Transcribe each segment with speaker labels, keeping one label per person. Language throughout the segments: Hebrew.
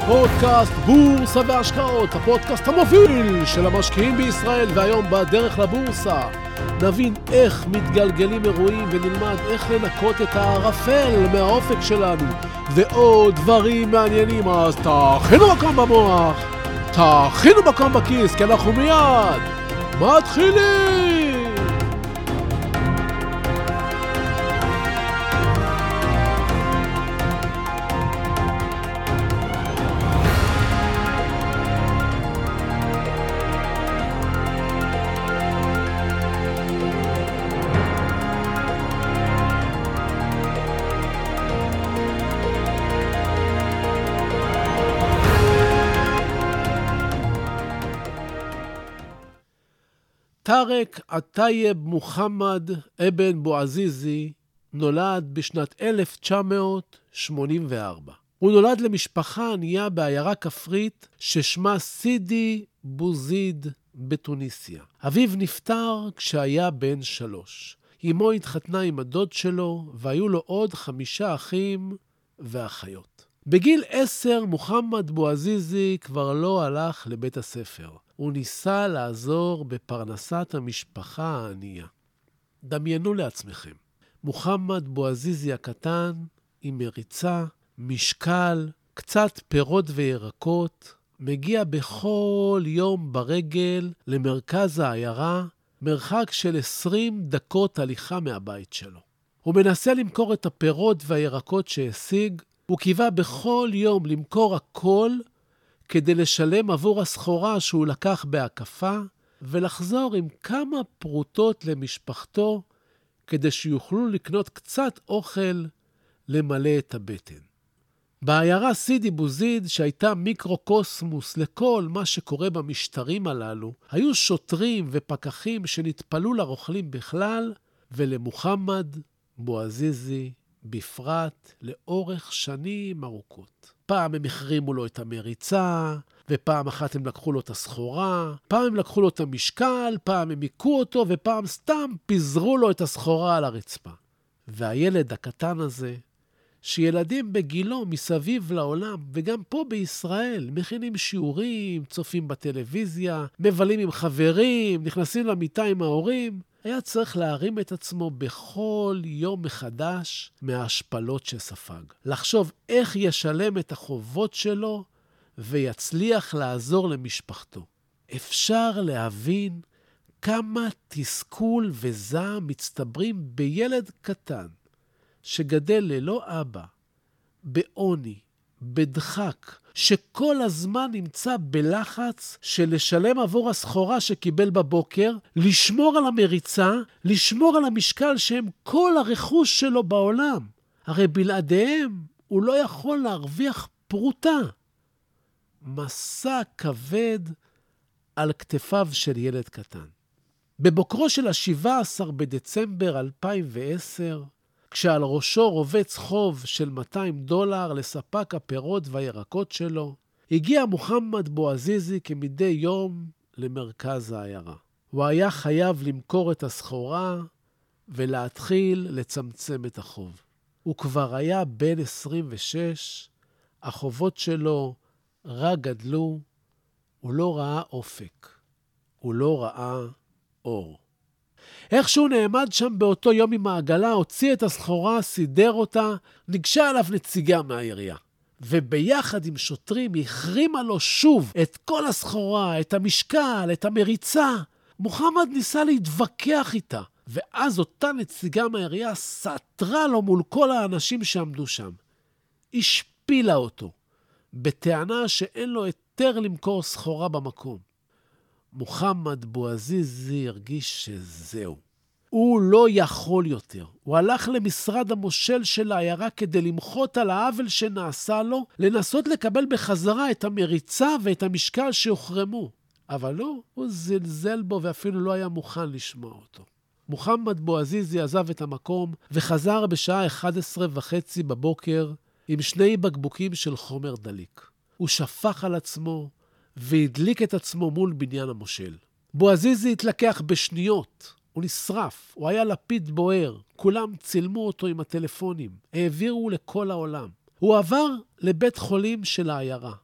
Speaker 1: פודקאסט בורסה והשקעות, הפודקאסט המוביל של המשקיעים בישראל, והיום בדרך לבורסה נבין איך מתגלגלים אירועים ונלמד איך לנקות את הערפל מהאופק שלנו ועוד דברים מעניינים. אז תכינו מקום במוח, תכינו מקום בכיס, כי אנחנו מיד מתחילים. טארק א-טייב מוחמד אבן בועזיזי נולד בשנת 1984. הוא נולד למשפחה ענייה בעיירה כפרית ששמה סידי בוזיד בתוניסיה. אביו נפטר כשהיה בן 3. אמו התחתנה עם הדוד שלו והיו לו עוד 5 אחים ואחיות. בגיל 10 מוחמד בועזיזי כבר לא הלך לבית הספר. הוא ניסה לעזור בפרנסת המשפחה הענייה. דמיינו לעצמכם, מוחמד בועזיזי הקטן עם מריצה, משקל, קצת פירות וירקות, מגיע בכל יום ברגל למרכז העיירה, מרחק של 20 דקות הליכה מהבית שלו. הוא מנסה למכור את הפירות והירקות שהשיג, הוא קיווה בכל יום למכור הכל, כדי לשלם עבור הסחורה שהוא לקח בהקפה, ולחזור עם כמה פרוטות למשפחתו, כדי שיוכלו לקנות קצת אוכל למלא את הבטן. בעיירה סידי בוזיד, שהייתה מיקרוקוסמוס לכל מה שקורה במשטרים הללו, היו שוטרים ופקחים שנטפלו לרוכלים בכלל, ולמוחמד בועזיזי בפרט לאורך שנים ארוכות. פעם הם החרימו לו את המריצה, ופעם אחת הם לקחו לו את הסחורה, פעם הם לקחו לו את המשקל, פעם הם עיקו אותו, ופעם סתם פיזרו לו את הסחורה על הרצפה. והילד הקטן הזה, שילדים בגילו מסביב לעולם, וגם פה בישראל, מכינים שיעורים, צופים בטלוויזיה, מבלים עם חברים, נכנסים למיטה עם ההורים, היה צריך להרים את עצמו בכל יום מחדש מההשפלות שספג. לחשוב איך ישלם את החובות שלו ויצליח לעזור למשפחתו. אפשר להבין כמה תסכול וזעם מצטברים בילד קטן שגדל ללא אבא, בעוני, בדחק, שכל הזמן נמצא בלחץ של לשלם עבור הסחורה שקיבל בבוקר, לשמור על המריצה, לשמור על המשקל שהם כל הרכוש שלו בעולם. הרי בלעדיהם הוא לא יכול להרוויח פרוטה. מסע כבד על כתפיו של ילד קטן. בבוקרו של ה-17 בדצמבר 2010, כשעל ראשו רובץ חוב של $200 לספק הפירות והירקות שלו, הגיע מוחמד בועזיזי כמדי יום למרכז העיירה. הוא היה חייב למכור את הסחורה ולהתחיל לצמצם את החוב. הוא כבר היה בן 26, החובות שלו רק גדלו, הוא לא ראה אופק, הוא לא ראה אור. איכשהו נעמד שם באותו יום עם העגלה, הוציא את הסחורה, סידר אותה, ניגשה עליו נציגה מהעירייה. וביחד עם שוטרים החרימה לו שוב את כל הסחורה, את המשקל, את המריצה. מוחמד ניסה להתווכח איתה, ואז אותה נציגה מהעירייה סתרה לו מול כל האנשים שעמדו שם. השפילה אותו, בטענה שאין לו היתר למכור סחורה במקום. מוחמד בועזיזי הרגיש שזהו. הוא לא יכול יותר. הוא הלך למשרד המושל של העיירה כדי למחות על העוול שנעשה לו, לנסות לקבל בחזרה את המריצה ואת המשקל שהוחרמו. אבל לא, הוא זלזל בו ואפילו לא היה מוכן לשמוע אותו. מוחמד בועזיזי עזב את המקום וחזר בשעה 11:30 בבוקר עם 2 בקבוקים של חומר דליק. הוא שפך על עצמו והדליק את עצמו מול בניין המושל. בועזיזי התלקח בשניות, הוא נשרף, הוא היה לפיד בוער, כולם צילמו אותו עם הטלפונים, העבירו לכל העולם. הוא עבר לבית חולים של העיירה.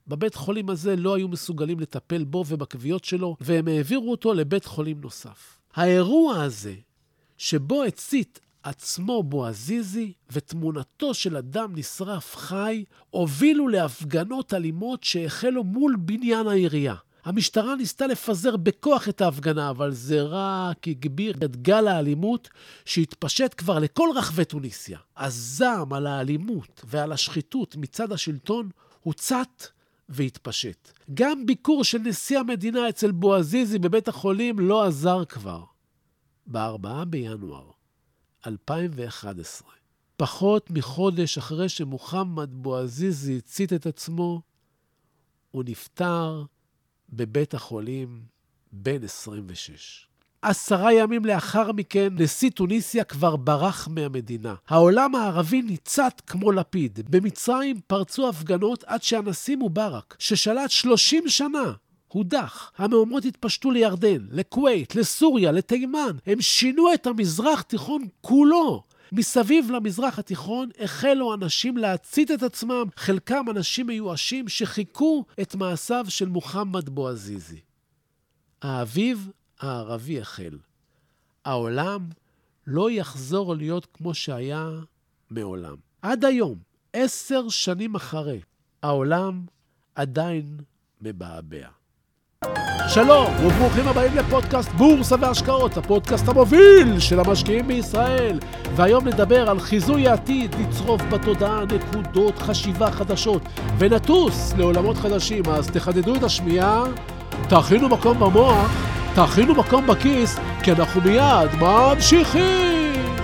Speaker 1: בבית חולים הזה לא היו מסוגלים לטפל בו ובכוויות שלו, והם העבירו אותו לבית חולים נוסף. האירוע הזה, שבו הצית עצמו בועזיזי ותמונתו של אדם נשרף חי, הובילו להפגנות אלימות שהחלו מול בניין העירייה. המשטרה ניסתה לפזר בכוח את ההפגנה, אבל זה רק הגביר את גל האלימות שהתפשט כבר לכל רחבי טוניסיה. הזעם על האלימות ועל השחיתות מצד השלטון הוצת והתפשט. גם ביקור של נשיא המדינה אצל בועזיזי בבית החולים לא עזר כבר. ב-4 בינואר 2011, פחות מחודש אחרי שמוחמד בועזיזי הצית את עצמו, הוא נפטר בבית החולים בן 26. 10 ימים לאחר מכן, נשיא טוניסיה כבר ברח מהמדינה. העולם הערבי ניצת כמו לפיד. במצרים פרצו הפגנות עד שהנשיא מובארק, ששלט 30 שנה, הודח. המהומות התפשטו לירדן, לכווית, לסוריה, לתימן. הם שינו את המזרח תיכון כולו. מסביב למזרח התיכון החלו אנשים להצית את עצמם, חלקם אנשים מיואשים שחיכו את מעשיו של מוחמד בועזיזי. האביב הערבי החל. העולם לא יחזור להיות כמו שהיה מעולם. עד היום, 10 שנים אחרי, העולם עדיין מבעבע. שלום וברוכים הבאים לפודקאסט בורסה והשקעות, הפודקאסט המוביל של המשקיעים בישראל. והיום נדבר על חיזוי העתיד, לצרוף בתודעה נקודות חשיבה חדשות ונטוס לעולמות חדשים. אז תחדדו את השמיעה, תכינו מקום במוח, תכינו מקום בכיס, כי אנחנו מיד ממשיכים.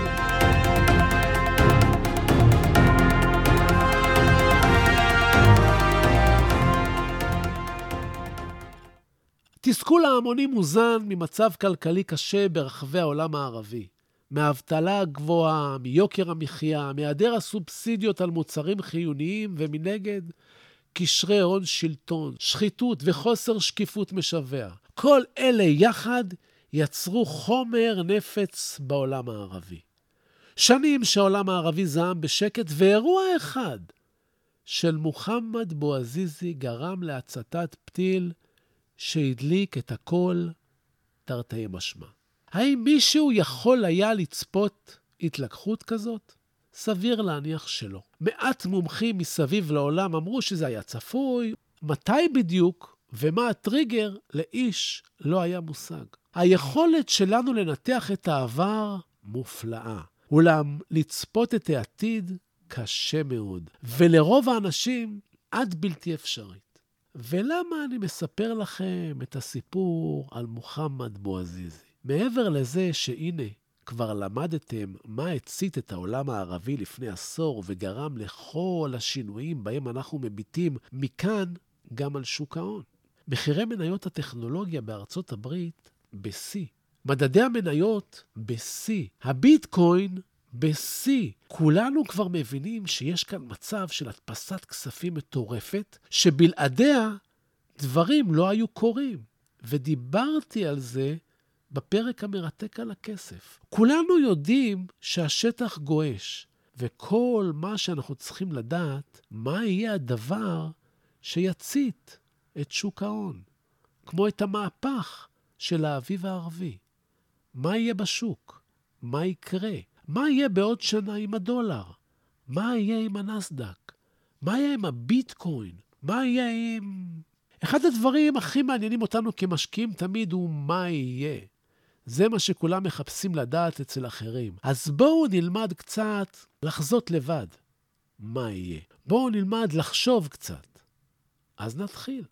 Speaker 1: תסכול ההמוני מוזן ממצב כלכלי קשה ברחבי העולם הערבי. מהאבטלה הגבוהה, מיוקר המחיה, מהיעדר הסובסידיות על מוצרים חיוניים, ומנגד קשרי הון שלטון, שחיתות וחוסר שקיפות משווע. כל אלה יחד יצרו חומר נפץ בעולם הערבי. שנים שהעולם הערבי זעם בשקט, ואירוע אחד של מוחמד בועזיזי גרם להצתת פתיל שהדליק את הכל תרתי משמע. האם מישהו יכול היה לצפות התלקחות כזאת? סביר להניח שלא. מעט מומחים מסביב לעולם אמרו שזה היה צפוי. מתי בדיוק ומה הטריגר לאיש לא היה מושג. היכולת שלנו לנתח את העבר מופלאה. אולם לצפות את העתיד קשה מאוד. ולרוב האנשים עד בלתי אפשרית. ולמה אני מספר לכם את הסיפור על מוחמד בועזיזי? מעבר לזה שהנה כבר למדתם מה הצית את העולם הערבי לפני עשור וגרם לכל השינויים בהם אנחנו מביטים, מכאן גם על שוק ההון. מחירי מניות הטכנולוגיה בארצות הברית בשיא. מדדי המניות בשיא. הביטקוין בשיא. כולנו כבר מבינים שיש כאן מצב של הדפסת כספים מטורפת, שבלעדיה דברים לא היו קורים. ודיברתי על זה בפרק המרתק על הכסף. כולנו יודעים שהשטח גועש, וכל מה שאנחנו צריכים לדעת, מה יהיה הדבר שיצית את שוק ההון, כמו את המהפך של האביב הערבי. מה יהיה בשוק? מה יקרה? מה יהיה בעוד שנה עם הדולר? מה יהיה עם הנסדק? מה יהיה עם הביטקוין? מה יהיה עם... אחד הדברים הכי מעניינים אותנו כמשקיעים תמיד הוא מה יהיה. זה מה שכולם מחפשים לדעת אצל אחרים. אז בואו נלמד קצת לחזות לבד. מה יהיה? בואו נלמד לחשוב קצת. אז נתחיל.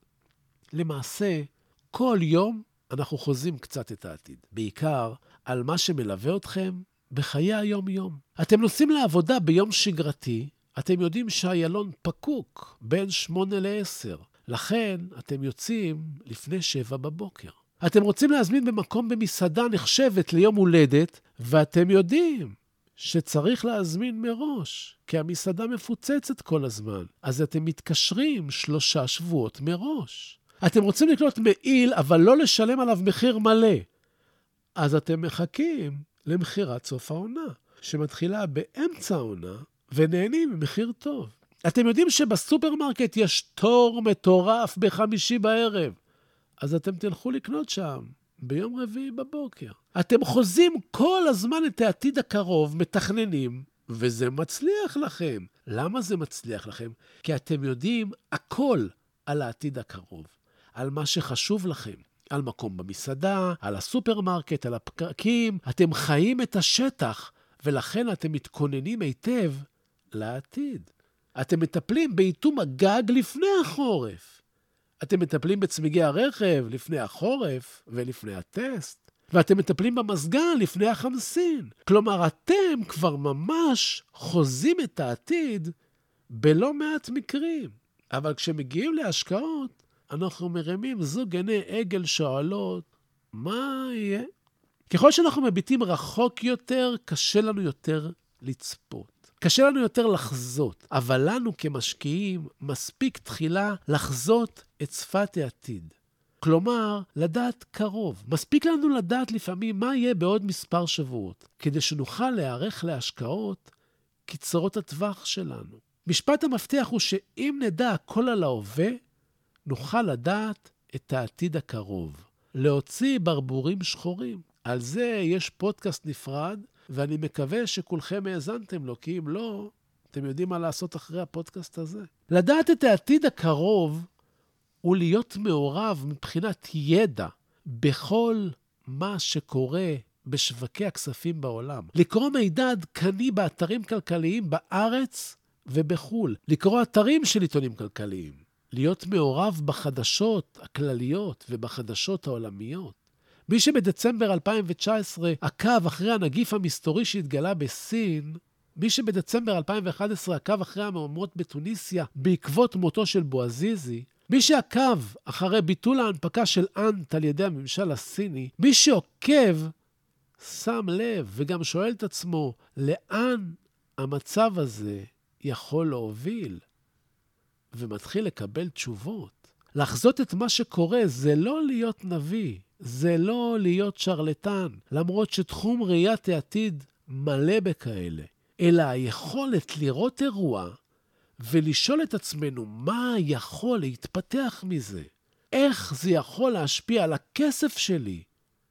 Speaker 1: למעשה, כל יום אנחנו חוזים קצת את העתיד. בעיקר על מה שמלווה אתכם בחיי היום-יום. אתם נוסעים לעבודה ביום שגרתי, אתם יודעים שהיילון פקוק בין 8 ל-10. לכן אתם יוצאים לפני 7 בבוקר. אתם רוצים להזמין במקום במסעדה נחשבת ליום הולדת, ואתם יודעים שצריך להזמין מראש, כי המסעדה מפוצצת כל הזמן. אז אתם מתקשרים 3 שבועות מראש. אתם רוצים לקנות מעיל, אבל לא לשלם עליו מחיר מלא. אז אתם מחכים למחירת סוף העונה, שמתחילה באמצע העונה, ונהנים ממחיר טוב. אתם יודעים שבסופרמרקט יש תור מטורף בחמישי בערב. אז אתם תלכו לקנות שם ביום רביעי בבוקר. אתם חוזים כל הזמן את העתיד הקרוב, מתכננים, וזה מצליח לכם. למה זה מצליח לכם? כי אתם יודעים הכל על העתיד הקרוב, על מה שחשוב לכם, על מקום במסעדה, על הסופרמרקט, על הפקקים. אתם חיים את השטח, ולכן אתם מתכוננים היטב לעתיד. אתם מטפלים באיתום הגג לפני החורף. אתם מטפלים בצמיגי הרכב לפני החורף ולפני הטסט. ואתם מטפלים במזגן לפני החמסין. כלומר, אתם כבר ממש חוזים את העתיד בלא מעט מקרים. אבל כשמגיעים להשקעות, אנחנו מרימים זוג עיני עגל שואלות, מה יהיה? ככל שאנחנו מביטים רחוק יותר, קשה לנו יותר לצפות. קשה לנו יותר לחזות, אבל לנו כמשקיעים מספיק תחילה לחזות את שפת העתיד. כלומר, לדעת קרוב. מספיק לנו לדעת לפעמים מה יהיה בעוד מספר שבועות, כדי שנוכל להיערך להשקעות קצרות הטווח שלנו. משפט המפתח הוא שאם נדע הכל על ההווה, נוכל לדעת את העתיד הקרוב. להוציא ברבורים שחורים. על זה יש פודקאסט נפרד, ואני מקווה שכולכם האזנתם לו, כי אם לא, אתם יודעים מה לעשות אחרי הפודקאסט הזה. לדעת את העתיד הקרוב הוא להיות מעורב מבחינת ידע בכל מה שקורה בשווקי הכספים בעולם. לקרוא מידע עדכני באתרים כלכליים בארץ ובחול. לקרוא אתרים של עיתונים כלכליים. להיות מעורב בחדשות הכלליות ובחדשות העולמיות. מי שבדצמבר 2019 עקב אחרי הנגיף המסתורי שהתגלה בסין, מי שבדצמבר 2011 עקב אחרי המהומות בתוניסיה בעקבות מותו של בועזיזי, מי שעקב אחרי ביטול ההנפקה של אנט על ידי הממשל הסיני, מי שעוקב שם לב וגם שואל את עצמו לאן המצב הזה יכול להוביל, ומתחיל לקבל תשובות. לחזות את מה שקורה זה לא להיות נביא, זה לא להיות שרלטן, למרות שתחום ראיית העתיד מלא בכאלה, אלא היכולת לראות אירוע ולשאול את עצמנו מה יכול להתפתח מזה, איך זה יכול להשפיע על הכסף שלי,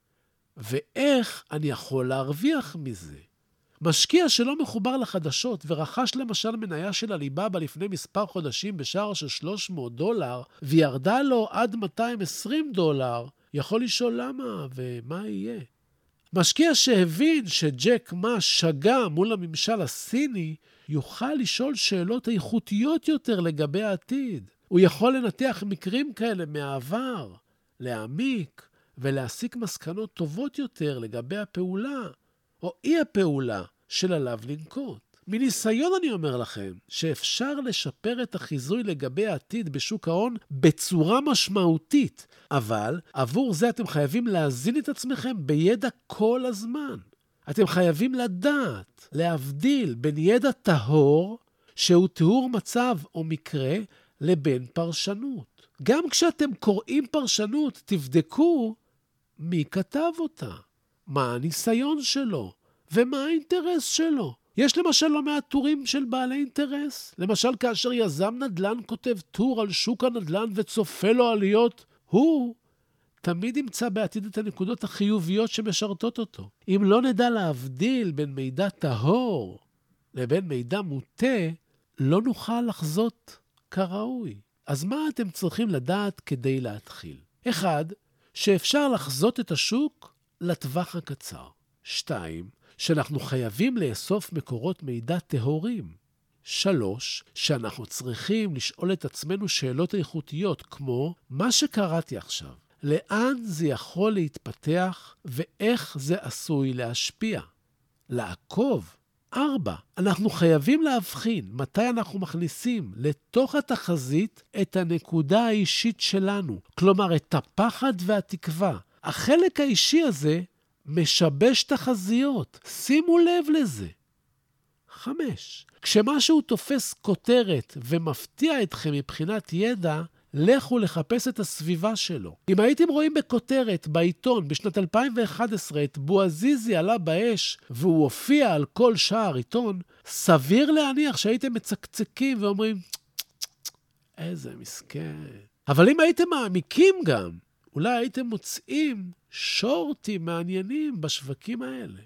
Speaker 1: ואיך אני יכול להרוויח מזה. משקיע שלא מחובר לחדשות ורכש למשל מניה של הליבאבא לפני מספר חודשים בשער של $300 וירדה לו עד $220, יכול לשאול למה ומה יהיה. משקיע שהבין שג'ק מה שגה מול הממשל הסיני, יוכל לשאול שאלות איכותיות יותר לגבי העתיד. הוא יכול לנתח מקרים כאלה מהעבר, להעמיק ולהסיק מסקנות טובות יותר לגבי הפעולה או אי הפעולה של עליו לנקוט. מניסיון אני אומר לכם שאפשר לשפר את החיזוי לגבי העתיד בשוק ההון בצורה משמעותית, אבל עבור זה אתם חייבים להזין את עצמכם בידע כל הזמן. אתם חייבים לדעת, להבדיל בין ידע טהור, שהוא תיאור מצב או מקרה, לבין פרשנות. גם כשאתם קוראים פרשנות, תבדקו מי כתב אותה, מה הניסיון שלו ומה האינטרס שלו. יש למשל לא מעט טורים של בעלי אינטרס. למשל כאשר יזם נדל"ן כותב טור על שוק הנדל"ן וצופה לו עליות, הוא תמיד ימצא בעתיד את הנקודות החיוביות שמשרתות אותו. אם לא נדע להבדיל בין מידע טהור לבין מידע מוטה, לא נוכל לחזות כראוי. אז מה אתם צריכים לדעת כדי להתחיל? 1. שאפשר לחזות את השוק לטווח הקצר. 2. שאנחנו חייבים לאסוף מקורות מידע טהורים. 3. שאנחנו צריכים לשאול את עצמנו שאלות איכותיות, כמו מה שקראתי עכשיו. לאן זה יכול להתפתח ואיך זה עשוי להשפיע. לעקוב. 4. אנחנו חייבים להבחין מתי אנחנו מכניסים לתוך התחזית את הנקודה האישית שלנו. כלומר, את הפחד והתקווה. החלק האישי הזה משבש תחזיות. שימו לב לזה. 5. כשמשהו תופס כותרת ומפתיע אתכם מבחינת ידע, לכו לחפש את הסביבה שלו. אם הייתם רואים בכותרת בעיתון בשנת 2011 את בועזיזי עלה באש והוא הופיע על כל שער עיתון, סביר להניח שהייתם מצקצקים ואומרים, איזה מסכן. אבל אם הייתם מעמיקים גם, אולי הייתם מוצאים שורטים מעניינים בשווקים האלה.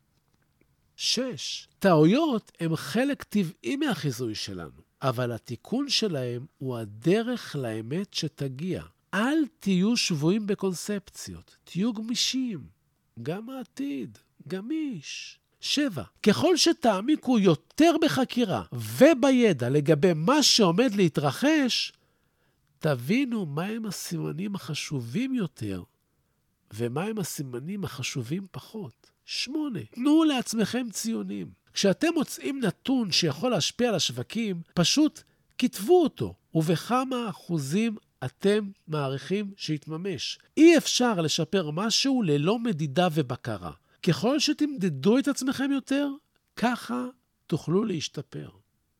Speaker 1: 6. טעויות הם חלק טבעי מהחיזוי שלנו. אבל התיקון שלהם הוא הדרך לאמת שתגיע. אל תהיו שבויים בקונספציות, תהיו גמישים. גם העתיד, גמיש. 7. ככל שתעמיקו יותר בחקירה ובידע לגבי מה שעומד להתרחש, תבינו מהם הסימנים החשובים יותר ומהם הסימנים החשובים פחות. 8. תנו לעצמכם ציונים. כשאתם מוצאים נתון שיכול להשפיע על השווקים, פשוט כתבו אותו, ובכמה אחוזים אתם מעריכים שיתממש. אי אפשר לשפר משהו ללא מדידה ובקרה. ככל שתמדדו את עצמכם יותר, ככה תוכלו להשתפר.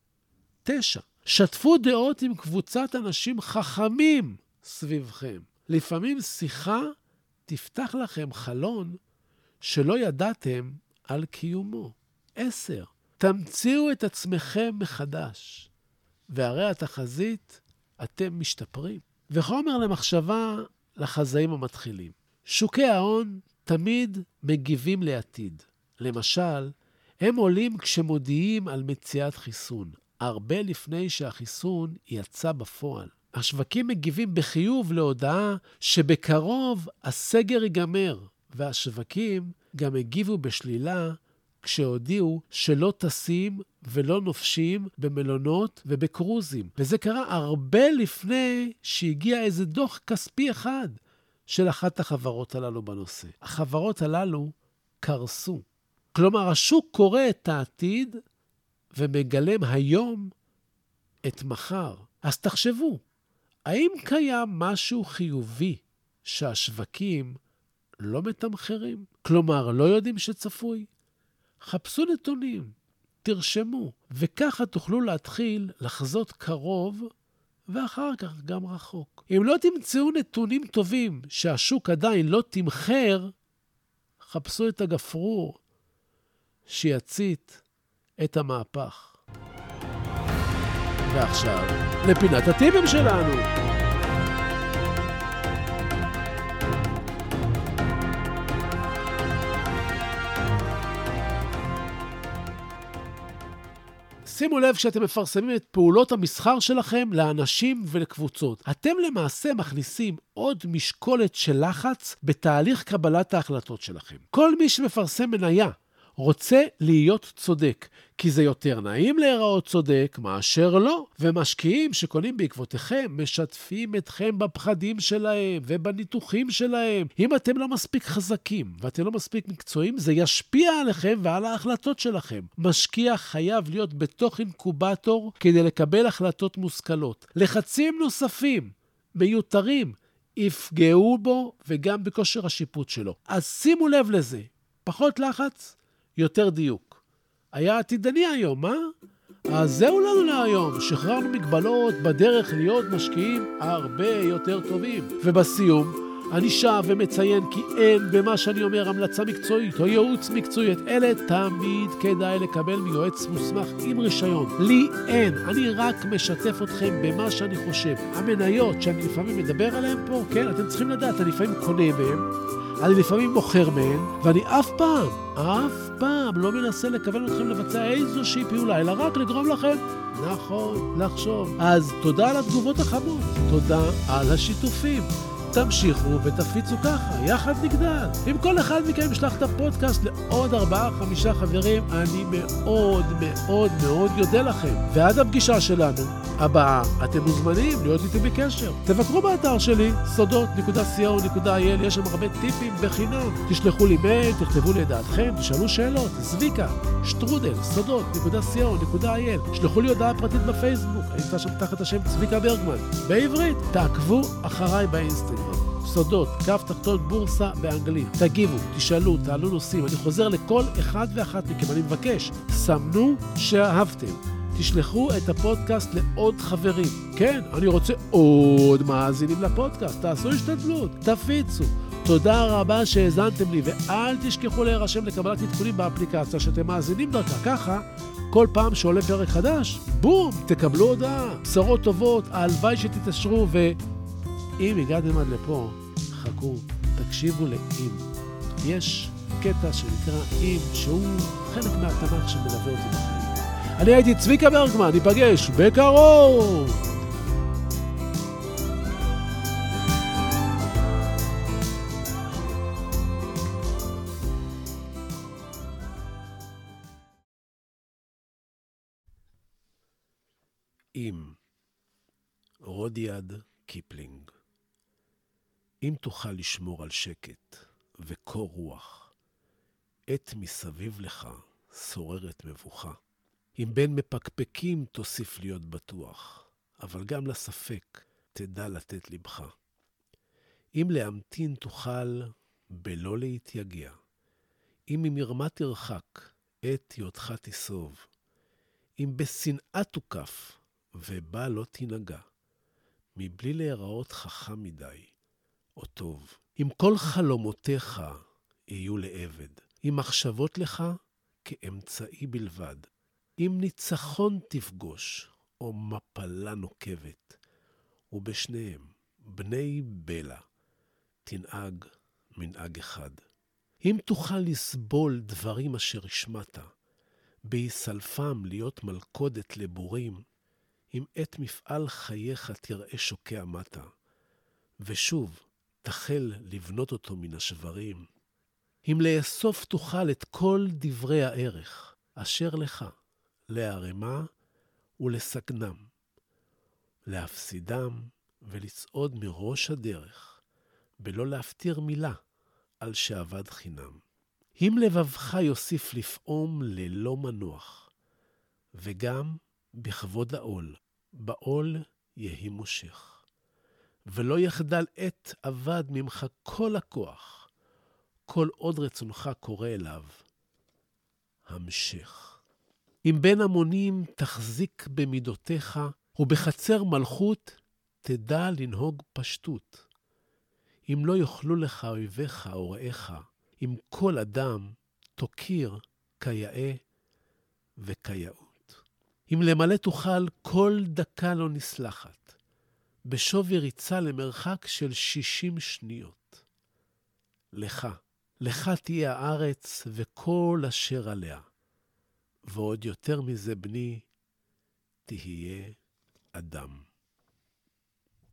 Speaker 1: 9. שתפו דעות עם קבוצת אנשים חכמים סביבכם. לפעמים שיחה תפתח לכם חלון שלא ידעתם על קיומו. 10. תמציאו את עצמכם מחדש, והרי התחזית אתם משתפרים. וחומר למחשבה לחזאים המתחילים. שוקי ההון תמיד מגיבים לעתיד. למשל, הם עולים כשמודיעים על מציאת חיסון, הרבה לפני שהחיסון יצא בפועל. השווקים מגיבים בחיוב להודעה שבקרוב הסגר ייגמר, והשווקים גם הגיבו בשלילה כשהודיעו שלא טסים ולא נופשים במלונות ובקרוזים. וזה קרה הרבה לפני שהגיע איזה דוח כספי אחד של אחת החברות הללו בנושא. החברות הללו קרסו. כלומר, השוק קורא את העתיד ומגלם היום את מחר. אז תחשבו, האם קיים משהו חיובי שהשווקים לא מתמחרים? כלומר, לא יודעים שצפוי? חפשו נתונים, תרשמו, וככה תוכלו להתחיל לחזות קרוב ואחר כך גם רחוק. אם לא תמצאו נתונים טובים שהשוק עדיין לא תמחר, חפשו את הגפרור שיצית את המהפך. ועכשיו, לפינת הטיפים שלנו. שימו לב כשאתם מפרסמים את פעולות המסחר שלכם לאנשים ולקבוצות. אתם למעשה מכניסים עוד משקולת של לחץ בתהליך קבלת ההחלטות שלכם. כל מי שמפרסם מניה רוצה להיות צודק, כי זה יותר נעים להיראות צודק מאשר לא. ומשקיעים שקונים בעקבותיכם משתפים אתכם בפחדים שלהם ובניתוחים שלהם. אם אתם לא מספיק חזקים ואתם לא מספיק מקצועיים, זה ישפיע עליכם ועל ההחלטות שלכם. משקיע חייב להיות בתוך אינקובטור כדי לקבל החלטות מושכלות. לחצים נוספים, מיותרים, יפגעו בו וגם בכושר השיפוט שלו. אז שימו לב לזה. פחות לחץ, יותר דיוק. היה עתידני היום, מה? אז זהו לנו להיום. שחררנו מגבלות בדרך להיות משקיעים הרבה יותר טובים. ובסיום, אני שב ומציין כי אין במה שאני אומר המלצה מקצועית או ייעוץ מקצועי. את אלה תמיד כדאי לקבל מיועץ מוסמך עם רישיון. לי אין. אני רק משתף אתכם במה שאני חושב. המניות שאני לפעמים מדבר עליהן פה, כן, אתם צריכים לדעת, אני לפעמים קונה מהם, אני לפעמים מוכר מהן, ואני אף פעם לא מנסה לקבל אתכם לבצע איזושהי פעולה, אלא רק לגרום לכם, נכון, לחשוב. אז תודה על התגובות החמות, תודה על השיתופים. תמשיכו ותפיצו ככה, יחד נגדל. אם כל אחד מכם ישלח את הפודקאסט לעוד 4-5 חברים, אני מאוד מאוד מאוד יודע לכם. ועד הפגישה שלנו הבאה, אתם מוזמנים להיות איתי בקשר. תבקרו באתר שלי, sodot.co.il, יש שם הרבה טיפים בחינם. תשלחו לי מייל, תכתבו לי את דעתכם, תשאלו שאלות, זביקה, שטרודל, sodot.co.il. שלחו לי הודעה פרטית בפייסבוק, אני נמצא שם תחת השם צביקה ברגמן. בעברית, תעקבו אחריי באינסטגרם. סודות, קו תחתון בורסה באנגלית. תגיבו, תשאלו, תעלו נושאים. אני חוזר לכל אחד ואחת מכם, אני מבקש, סמנו שאהבתם. תשלחו את הפודקאסט לעוד חברים. כן, אני רוצה עוד מאזינים לפודקאסט. תעשו השתדלות, תפיצו. תודה רבה שהאזנתם לי, ואל תשכחו להירשם לקבלת עדכונים באפליקציה שאתם מאזינים דרכה. ככה, כל פעם שעולה פרק חדש, בום, תקבלו הודעה. בשורות טובות, הלוואי שתתעשרו, ואם הגעתם עד לפה, חכו, תקשיבו לאם. יש קטע שנקרא אם, שהוא חלק מהתנ"ך שמלווה אותי בחיים. אני הייתי צביקה ברגמן, ניפגש בקרוב! אם, רודיעד קיפלינג. אם תוכל לשמור על שקט וקור רוח, עת מסביב לך שוררת מבוכה. אם בין מפקפקים תוסיף להיות בטוח, אבל גם לספק תדע לתת לבך. אם להמתין תוכל בלא להתייגע, אם ממרמה תרחק עת היותך תסוב, אם בשנאה תוקף ובה לא תנגע, מבלי להיראות חכם מדי או טוב. אם כל חלומותיך יהיו לעבד, אם מחשבות לך כאמצעי בלבד, אם ניצחון תפגוש או מפלה נוקבת, ובשניהם בני בלה תנהג מנהג אחד. אם תוכל לסבול דברים אשר השמעת, ביסלפם להיות מלכודת לבורים, אם עת מפעל חייך תראה שוקע מטה, ושוב תחל לבנות אותו מן השברים, אם לאסוף תוכל את כל דברי הערך, אשר לך, להרמה ולסגנם, להפסידם ולצעוד מראש הדרך, בלא להפתיר מילה על שעבד חינם. אם לבבך יוסיף לפעום ללא מנוח, וגם בכבוד העול, בעול יהי מושך, ולא יחדל עת עבד ממך כל הכוח, כל עוד רצונך קורא אליו, המשך. אם בין המונים תחזיק במידותיך, ובחצר מלכות תדע לנהוג פשטות. אם לא יוכלו לך אויביך או רעיך, אם כל אדם תוקיר כיאה וכיאות. אם למלא תוכל כל דקה לא נסלחת, בשווי ריצה למרחק של 60 שניות. לך תהיה הארץ וכל אשר עליה, ועוד יותר מזה בני, תהיה אדם.